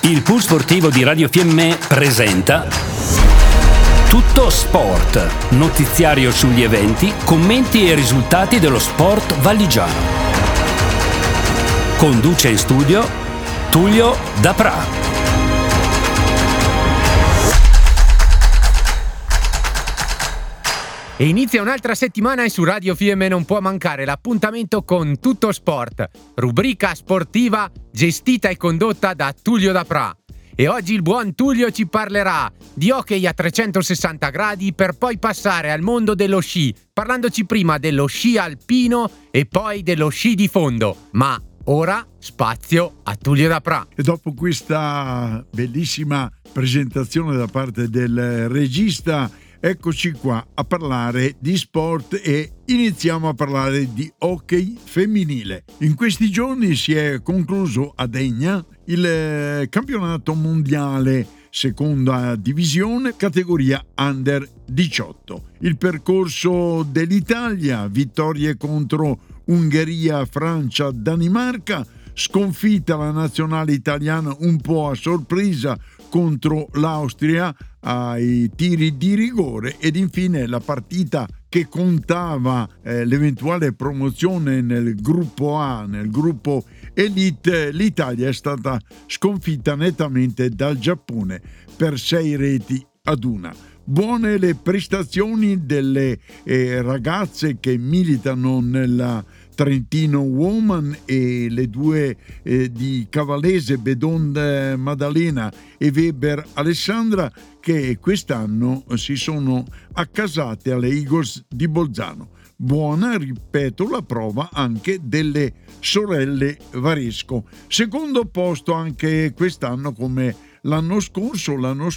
Il pool sportivo di Radio Fiemme presenta Tutto Sport, notiziario sugli eventi, commenti e risultati dello sport valligiano. Conduce in studio Tullio Dapra. E inizia un'altra settimana e su Radio Fiemme non può mancare l'appuntamento con Tutto Sport, rubrica sportiva gestita e condotta da Tullio Dapra. E oggi il buon Tullio ci parlerà di hockey a 360 gradi per poi passare al mondo dello sci, parlandoci prima dello sci alpino e poi dello sci di fondo. Ma ora spazio a Tullio Dapra. E dopo questa bellissima presentazione da parte del regista, eccoci qua a parlare di sport e iniziamo a parlare di hockey femminile. In questi giorni si è concluso a Degna il campionato mondiale seconda divisione categoria under 18. Il percorso dell'Italia: vittorie contro Ungheria, Francia, Danimarca, sconfitta la nazionale italiana un po' a sorpresa contro l'Austria ai tiri di rigore ed infine la partita che contava l'eventuale promozione nel gruppo A, nel gruppo Elite. L'Italia è stata sconfitta nettamente dal Giappone per 6-1. Buone le prestazioni delle ragazze che militano nella Trentino Woman e le due di Cavallese, Bedon Maddalena e Weber Alessandra, che quest'anno si sono accasate alle Eagles di Bolzano. Buona, ripeto, la prova anche delle sorelle Varesco. Secondo posto anche quest'anno come l'anno scorso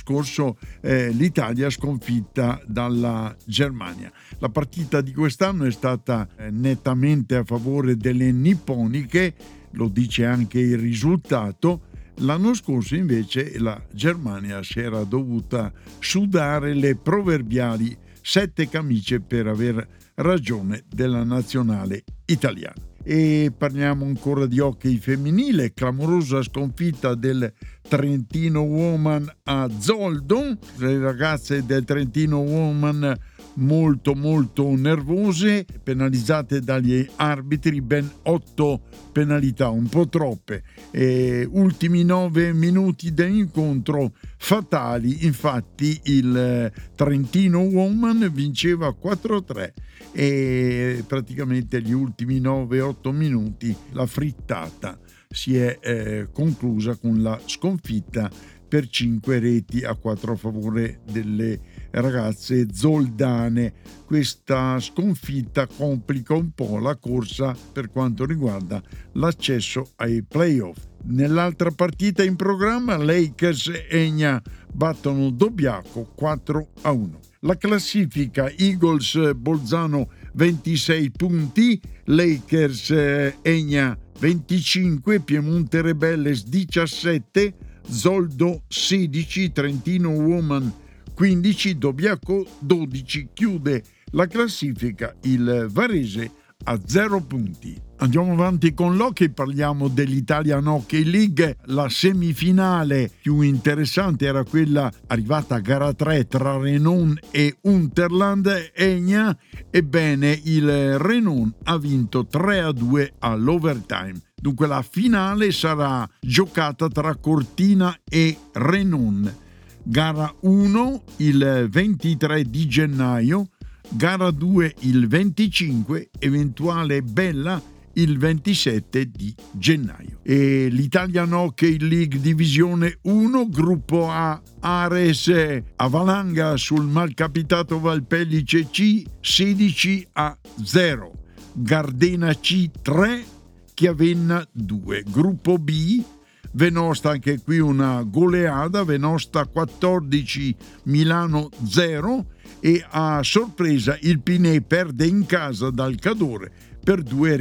l'Italia sconfitta dalla Germania. La partita di quest'anno è stata nettamente a favore delle nipponiche, lo dice anche il risultato. L'anno scorso invece la Germania si era dovuta sudare le proverbiali 7 camicie per aver ragione della nazionale italiana. E parliamo ancora di hockey femminile, clamorosa sconfitta del Trentino Woman a Zoldo. Le ragazze del Trentino Woman molto nervose, penalizzate dagli arbitri, ben 8 penalità, un po' troppe. Ultimi 9 minuti dell'incontro fatali, infatti il Trentino Woman vinceva 4-3 e praticamente gli ultimi 9-8 minuti la frittata si è conclusa con la sconfitta per 5-4 a favore delle ragazze zoldane. Questa sconfitta complica un po' la corsa per quanto riguarda l'accesso ai playoff. Nell'altra partita in programma, Lakers e Egna battono Dobbiaco 4-1. La classifica: Eagles Bolzano 26 punti, Lakers Egna 25, Piemonte Rebelles 17, Zoldo 16, Trentino Woman 15, Dobbiaco 12. Chiude la classifica il Varese a 0 punti. Andiamo avanti con l'hockey, parliamo dell'Italian Hockey League. La semifinale più interessante era quella arrivata a gara 3 tra Renon e Unterland Egna. Ebbene, il Renon ha vinto 3-2 all'overtime. Dunque la finale sarà giocata tra Cortina e Renon. Gara 1 il 23 di gennaio, gara 2 il 25, eventuale Bella il 27 di gennaio. E l'Italian Hockey League Divisione 1, gruppo A, Ares Avalanga sul malcapitato Valpellice C 16-0, Gardena C 3, Chiavenna 2. Gruppo B, Venosta, anche qui una goleada, Venosta 14, Milano 0 e a sorpresa il Pinè perde in casa dal Cadore per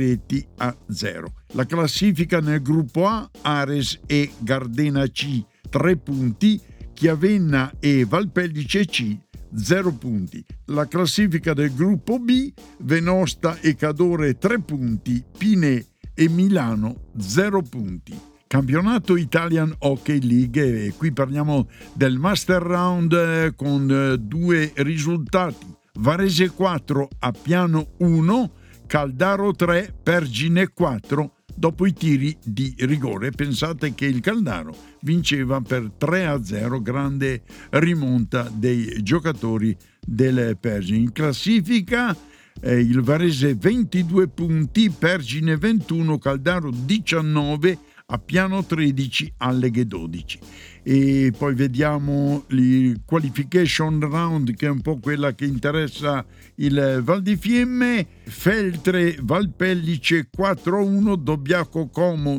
2-0. La classifica nel gruppo A, Ares e Gardena C 3 punti, Chiavenna e Valpellice C 0 punti. La classifica del gruppo B, Venosta e Cadore 3 punti, Pinè e Milano 0 punti. Campionato Italian Hockey League, e qui parliamo del Master Round con 2 risultati: Varese 4, Appiano 1, Caldaro 3, Pergine 4 dopo i tiri di rigore. Pensate che il Caldaro vinceva per 3-0, grande rimonta dei giocatori del Pergine. In classifica il Varese 22 punti, Pergine 21, Caldaro 19, Appiano 13, Alleghe 12. E poi vediamo il qualification round, che è un po' quella che interessa il Val di Fiemme. Feltre Valpellice 4-1, Dobbiaco Como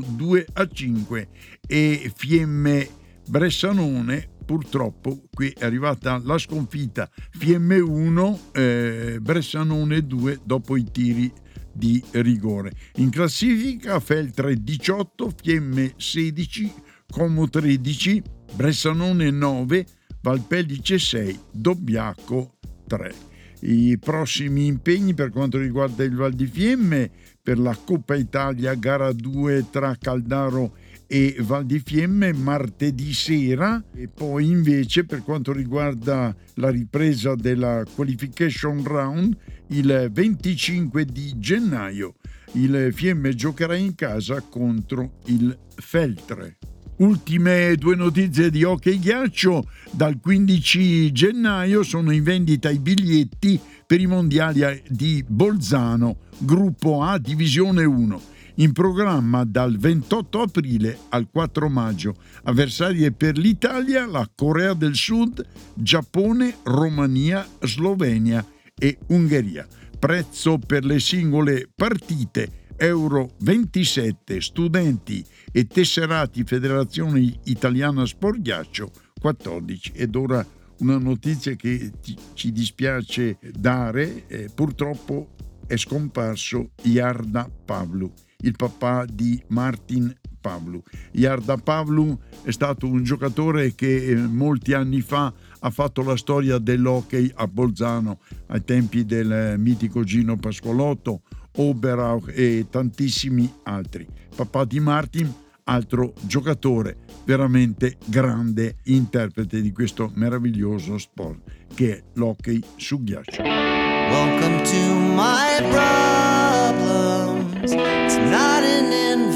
2-5 e Fiemme Bressanone. Purtroppo qui è arrivata la sconfitta, Fiemme 1, Bressanone 2 dopo i tiri di rigore. In classifica Feltre 18, Fiemme 16, Como 13, Bressanone 9, Valpellice 6, Dobbiaco 3. I prossimi impegni per quanto riguarda il Val di Fiemme: per la Coppa Italia gara 2 tra Caldaro e Val di Fiemme martedì sera, e poi invece per quanto riguarda la ripresa della qualification round il 25 di gennaio il Fiemme giocherà in casa contro il Feltre. Ultime 2 notizie di hockey ghiaccio: dal 15 gennaio sono in vendita i biglietti per i mondiali di Bolzano, gruppo A, divisione 1. In programma dal 28 aprile al 4 maggio. Avversarie per l'Italia: la Corea del Sud, Giappone, Romania, Slovenia e Ungheria. Prezzo per le singole partite: euro 27, studenti e tesserati Federazione Italiana Sport Ghiaccio 14. Ed ora una notizia che ci dispiace dare: purtroppo è scomparso Yarda Pavlu, il papà di Martin Pavlu. Yarda Pavlu è stato un giocatore che molti anni fa ha fatto la storia dell'hockey a Bolzano, ai tempi del mitico Gino Pasqualotto, Oberauch e tantissimi altri. Papà di Martin, altro giocatore, veramente grande interprete di questo meraviglioso sport che è l'hockey su ghiaccio. Welcome to my problems. It's not an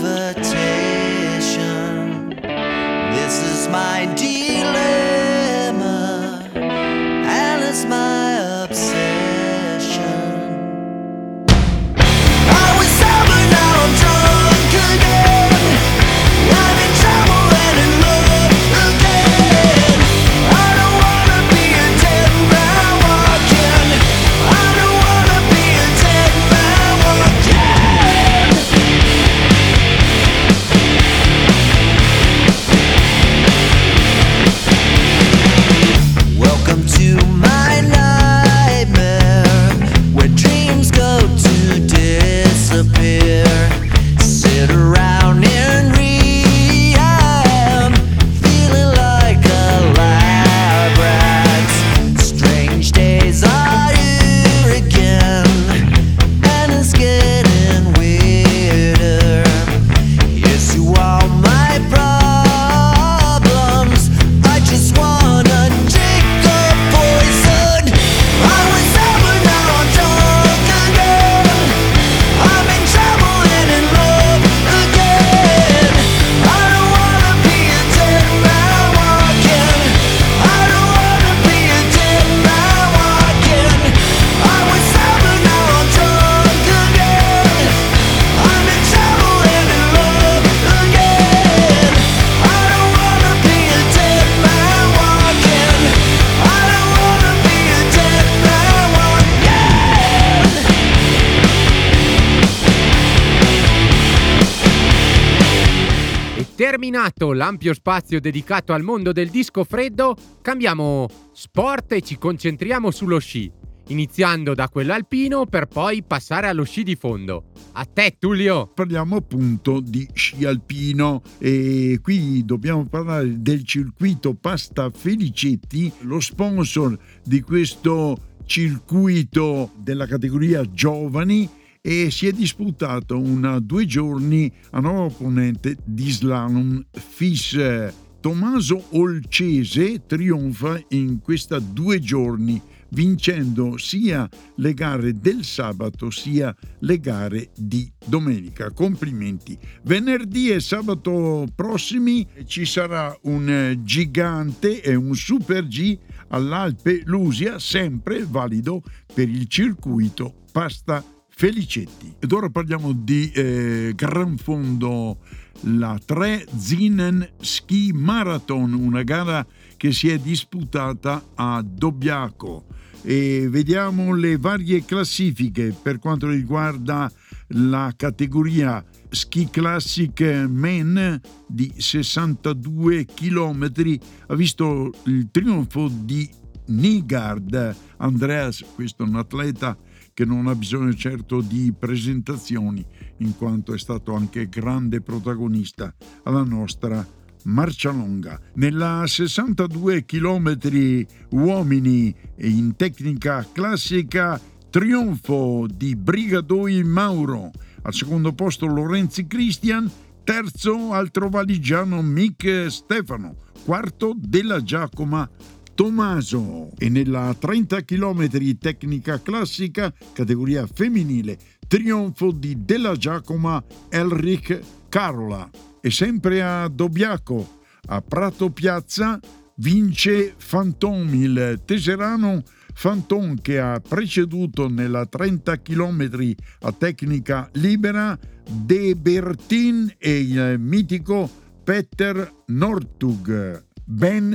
invitation. This is my dilemma, and it's my obsession. I was sober, now I'm drunk again. I'm in trouble and in love again. I don't wanna be a dead man walking. I don't wanna be a dead man walking. Welcome to my nightmare, where dreams go to disappear. Sit around in rehab, feeling like a lab rat. Strange days are here again, and it's getting weirder. Here's to all my problems. I just wanna drink the poison. I was sober, now I'm drunk again. I'm in trouble and in love again. I don't wanna be a dead man walking. I don't wanna be a dead man walking. I was sober, now I'm drunk again. I'm in trouble and in love again. I don't wanna be a dead man walking. I don't wanna be a dead man walking. E terminato l'ampio spazio dedicato al mondo del disco freddo, cambiamo sport e ci concentriamo sullo sci, iniziando da quello alpino per poi passare allo sci di fondo. A te, Tullio! Parliamo appunto di sci alpino e qui dobbiamo parlare del circuito Pasta Felicetti, lo sponsor di questo circuito della categoria giovani, e si è disputato un 2 giorni a nuova opponente di slalom FIS. Tommaso Olcese trionfa in questa 2 giorni, vincendo sia le gare del sabato sia le gare di domenica. Complimenti. Venerdì e sabato prossimi ci sarà un gigante e un super G all'Alpe Lusia, sempre valido per il circuito Pasta Felicetti. Ed ora parliamo di Gran Fondo, la 3 Zinnen Ski Marathon, una gara che si è disputata a Dobbiaco. E vediamo le varie classifiche per quanto riguarda la categoria Ski Classic Men di 62 km. Ha visto il trionfo di Nygaard Andreas, questo è un atleta che non ha bisogno certo di presentazioni, in quanto è stato anche grande protagonista alla nostra Marcialonga. Nella 62 km uomini in tecnica classica, trionfo di Brigadoi Mauro, al secondo posto Lorenzi Christian, terzo altro valigiano Mick Stefano, quarto Della Giacoma Tommaso. E nella 30 km tecnica classica, categoria femminile, trionfo di Della Giacoma Elric Carola. E sempre a Dobbiaco, a Prato Piazza, vince Fanton, il teserano Fanton, che ha preceduto nella 30 km a tecnica libera De Bertin e il mitico Petter Northug. Ben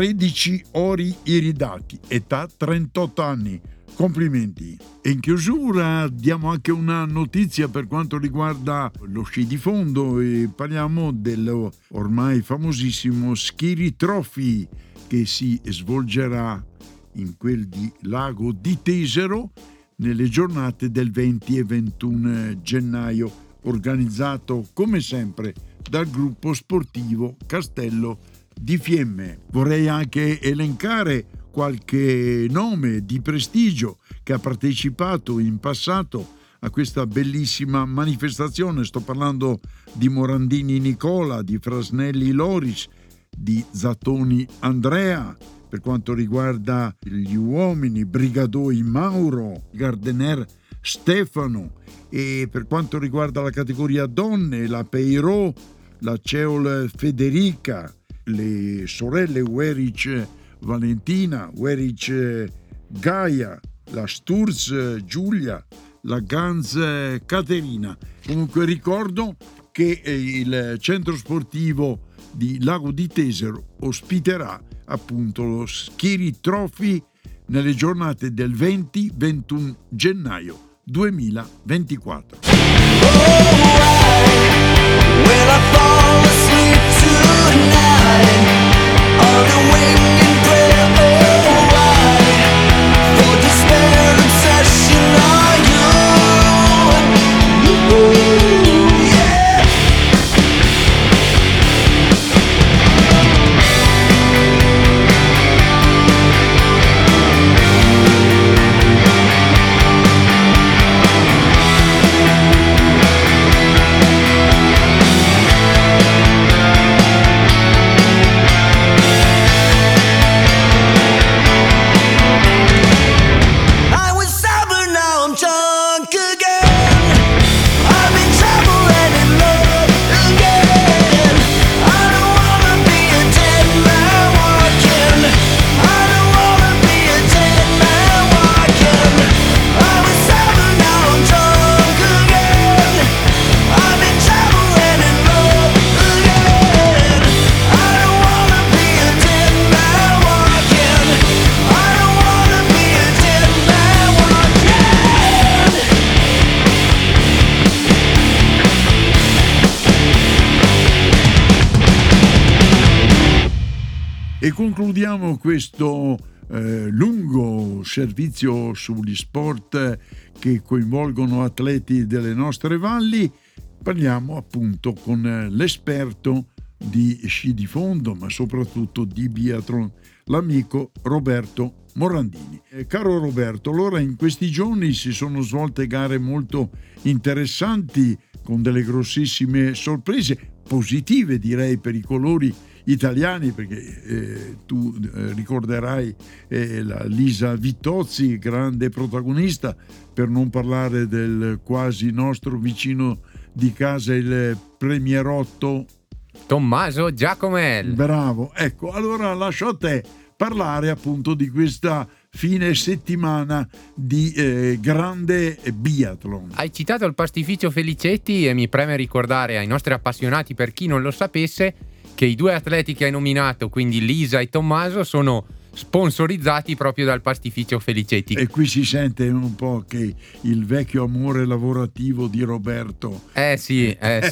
13 ori iridati, età 38 anni. Complimenti. E in chiusura diamo anche una notizia per quanto riguarda lo sci di fondo e parliamo dello ormai famosissimo Skiri Trophy, che si svolgerà in quel di Lago di Tesero nelle giornate del 20 e 21 gennaio, organizzato come sempre dal gruppo sportivo Castello di Fiemme. Vorrei anche elencare qualche nome di prestigio che ha partecipato in passato a questa bellissima manifestazione. Sto parlando di Morandini Nicola, di Frasnelli Loris, di Zattoni Andrea. Per quanto riguarda gli uomini, Brigadoi Mauro, Gardener Stefano, e per quanto riguarda la categoria donne, la Peiro, la Ceol Federica, le sorelle Weric Valentina, Weric Gaia, la Sturz Giulia, la Ganz Caterina. Comunque ricordo che il centro sportivo di Lago di Tesero ospiterà appunto lo Skiri Trophy nelle giornate del 20-21 gennaio 2024. Will I fall asleep tonight on a winged prayer? Oh, why for despair obsession are you? Yeah. I was sober, now I'm drunk again. I'm in trouble and in love again. I don't wanna be a dead man walking. I don't wanna be a dead man walking. I was sober, now I'm drunk again. I'm in trouble and in love again. I don't wanna be a dead man walking. I don't wanna be a dead man walking. E concludiamo questo lungo servizio sugli sport che coinvolgono atleti delle nostre valli. Parliamo appunto con l'esperto di sci di fondo, ma soprattutto di biathlon, l'amico Roberto Morandini. Caro Roberto, allora in questi giorni si sono svolte gare molto interessanti con delle grossissime sorprese, positive direi per i colori italiani, perché tu ricorderai la Lisa Vittozzi, grande protagonista, per non parlare del quasi nostro vicino di casa, il premierotto Tommaso Giacomel. Bravo, ecco, allora lascio a te parlare appunto di questa fine settimana di grande biathlon. Hai citato il pastificio Felicetti e mi preme ricordare ai nostri appassionati, per chi non lo sapesse, che i due atleti che hai nominato, quindi Lisa e Tommaso, sono sponsorizzati proprio dal pastificio Felicetti. E qui si sente un po' che il vecchio amore lavorativo di Roberto. Sì.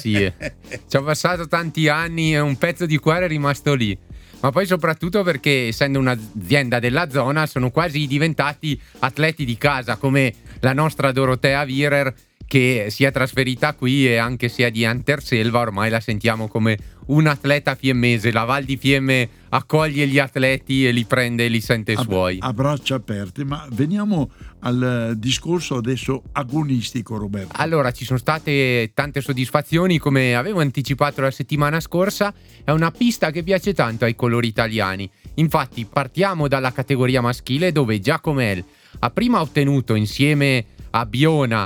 Ci ho passato tanti anni e un pezzo di cuore è rimasto lì. Ma poi soprattutto perché, essendo un'azienda della zona, sono quasi diventati atleti di casa, come la nostra Dorotea Virer, che si è trasferita qui e anche se è di Anterselva ormai la sentiamo come un atleta fiemmese. La Val di Fiemme accoglie gli atleti e li prende e li sente suoi. A braccia aperte. Ma veniamo al discorso adesso agonistico, Roberto. Allora, ci sono state tante soddisfazioni, come avevo anticipato la settimana scorsa. È una pista che piace tanto ai colori italiani. Infatti partiamo dalla categoria maschile, dove Giacomel ha prima ottenuto, insieme a Biona,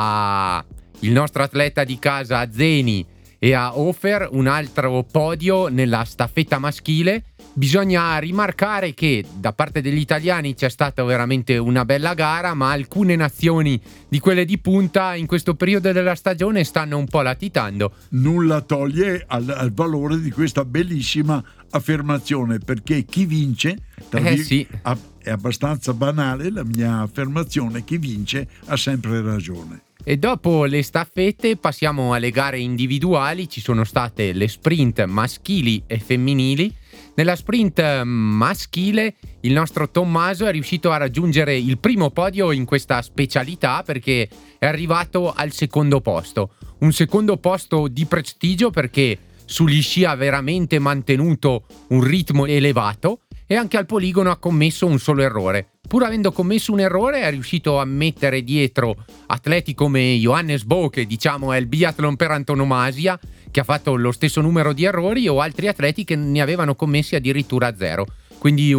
a il nostro atleta di casa Zeni e a Hofer, un altro podio nella staffetta maschile. Bisogna rimarcare che da parte degli italiani c'è stata veramente una bella gara, ma alcune nazioni di quelle di punta in questo periodo della stagione stanno un po' latitando. Nulla toglie al valore di questa bellissima affermazione, perché chi vince, Sì. è abbastanza banale la mia affermazione, chi vince ha sempre ragione. E dopo le staffette passiamo alle gare individuali. Ci sono state le sprint maschili e femminili. Nella sprint maschile il nostro Tommaso è riuscito a raggiungere il primo podio in questa specialità, perché è arrivato al secondo posto. Un secondo posto di prestigio, perché sugli sci ha veramente mantenuto un ritmo elevato e anche al poligono ha commesso un solo errore. Pur avendo commesso un errore è riuscito a mettere dietro atleti come Johannes Bo, che diciamo è il biathlon per antonomasia, che ha fatto lo stesso numero di errori, o altri atleti che ne avevano commessi addirittura 0. Quindi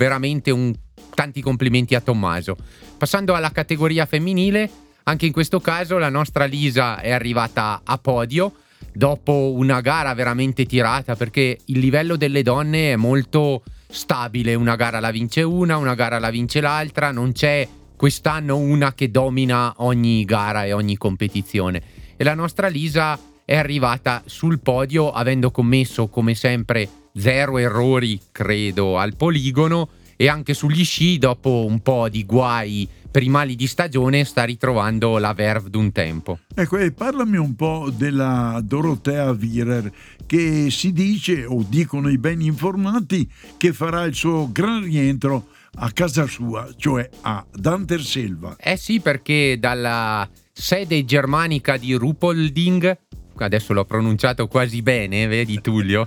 tanti complimenti a Tommaso. Passando alla categoria femminile, anche in questo caso la nostra Lisa è arrivata a podio dopo una gara veramente tirata, perché il livello delle donne è molto stabile. Una gara la vince una gara la vince l'altra, non c'è quest'anno una che domina ogni gara e ogni competizione. E la nostra Lisa è arrivata sul podio avendo commesso, come sempre, 0 errori, credo, al poligono, e anche sugli sci, dopo un po' di guai per i mali di stagione, sta ritrovando la verve d'un tempo. Ecco, e parlami un po' della Dorotea Virer, che si dice, o dicono i ben informati, che farà il suo gran rientro a casa sua, cioè ad Anterselva. Sì, perché dalla sede germanica di Ruhpolding, adesso l'ho pronunciato quasi bene, vedi Tullio,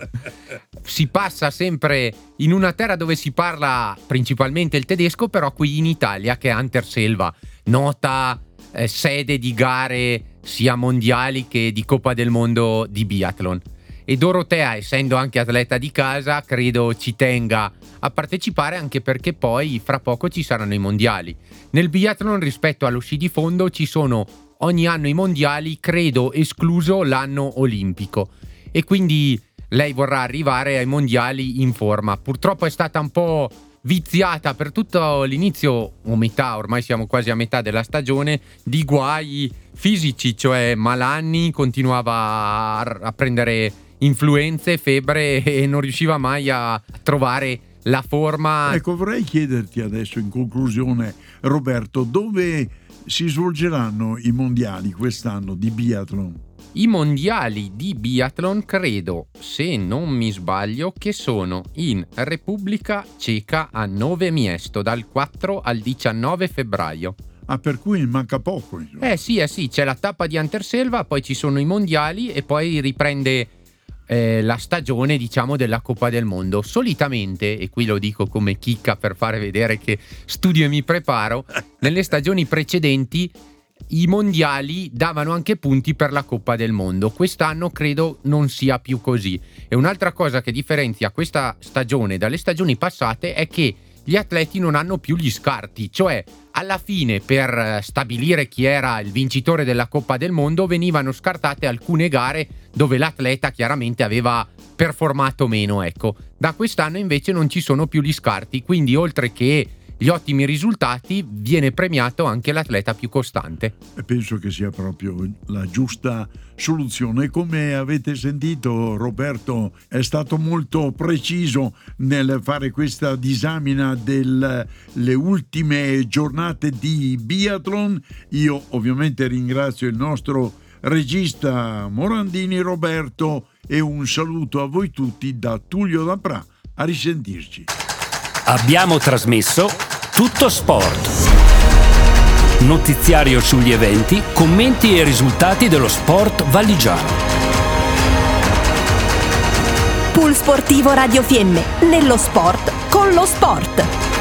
si passa sempre in una terra dove si parla principalmente il tedesco, però qui in Italia, che è Anterselva, nota sede di gare sia mondiali che di Coppa del Mondo di biathlon. E Dorotea, essendo anche atleta di casa, credo ci tenga a partecipare, anche perché poi fra poco ci saranno i mondiali. Nel biathlon, rispetto allo sci di fondo, ci sono ogni anno i mondiali, credo escluso l'anno olimpico, e quindi lei vorrà arrivare ai mondiali in forma. Purtroppo è stata un po' viziata per tutto l'inizio, o metà, ormai siamo quasi a metà della stagione, di guai fisici, cioè malanni, continuava a prendere influenze, febbre e non riusciva mai a trovare la forma. Ecco, vorrei chiederti adesso in conclusione, Roberto, dove si svolgeranno i mondiali quest'anno di biathlon? I mondiali di biathlon, credo, se non mi sbaglio, che sono in Repubblica Ceca a Nove Miesto dal 4 al 19 febbraio. Per cui manca poco, insomma. Sì, c'è la tappa di Anterselva, poi ci sono i mondiali e poi riprende la stagione, diciamo, della Coppa del Mondo. Solitamente, e qui lo dico come chicca per fare vedere che studio e mi preparo, nelle stagioni precedenti i mondiali davano anche punti per la Coppa del Mondo. Quest'anno credo non sia più così. E un'altra cosa che differenzia questa stagione dalle stagioni passate è che gli atleti non hanno più gli scarti, cioè alla fine per stabilire chi era il vincitore della Coppa del Mondo venivano scartate alcune gare dove l'atleta chiaramente aveva performato meno, ecco. Da quest'anno invece non ci sono più gli scarti, quindi oltre che gli ottimi risultati viene premiato anche l'atleta più costante. E penso che sia proprio la giusta soluzione. Come avete sentito, Roberto è stato molto preciso nel fare questa disamina delle ultime giornate di biathlon. Io ovviamente ringrazio il nostro regista Morandini Roberto e un saluto a voi tutti da Tullio Dapra. A risentirci. Abbiamo trasmesso Tutto Sport. Notiziario sugli eventi, commenti e risultati dello sport valigiano. Pool sportivo Radio Fiemme, nello sport con lo sport.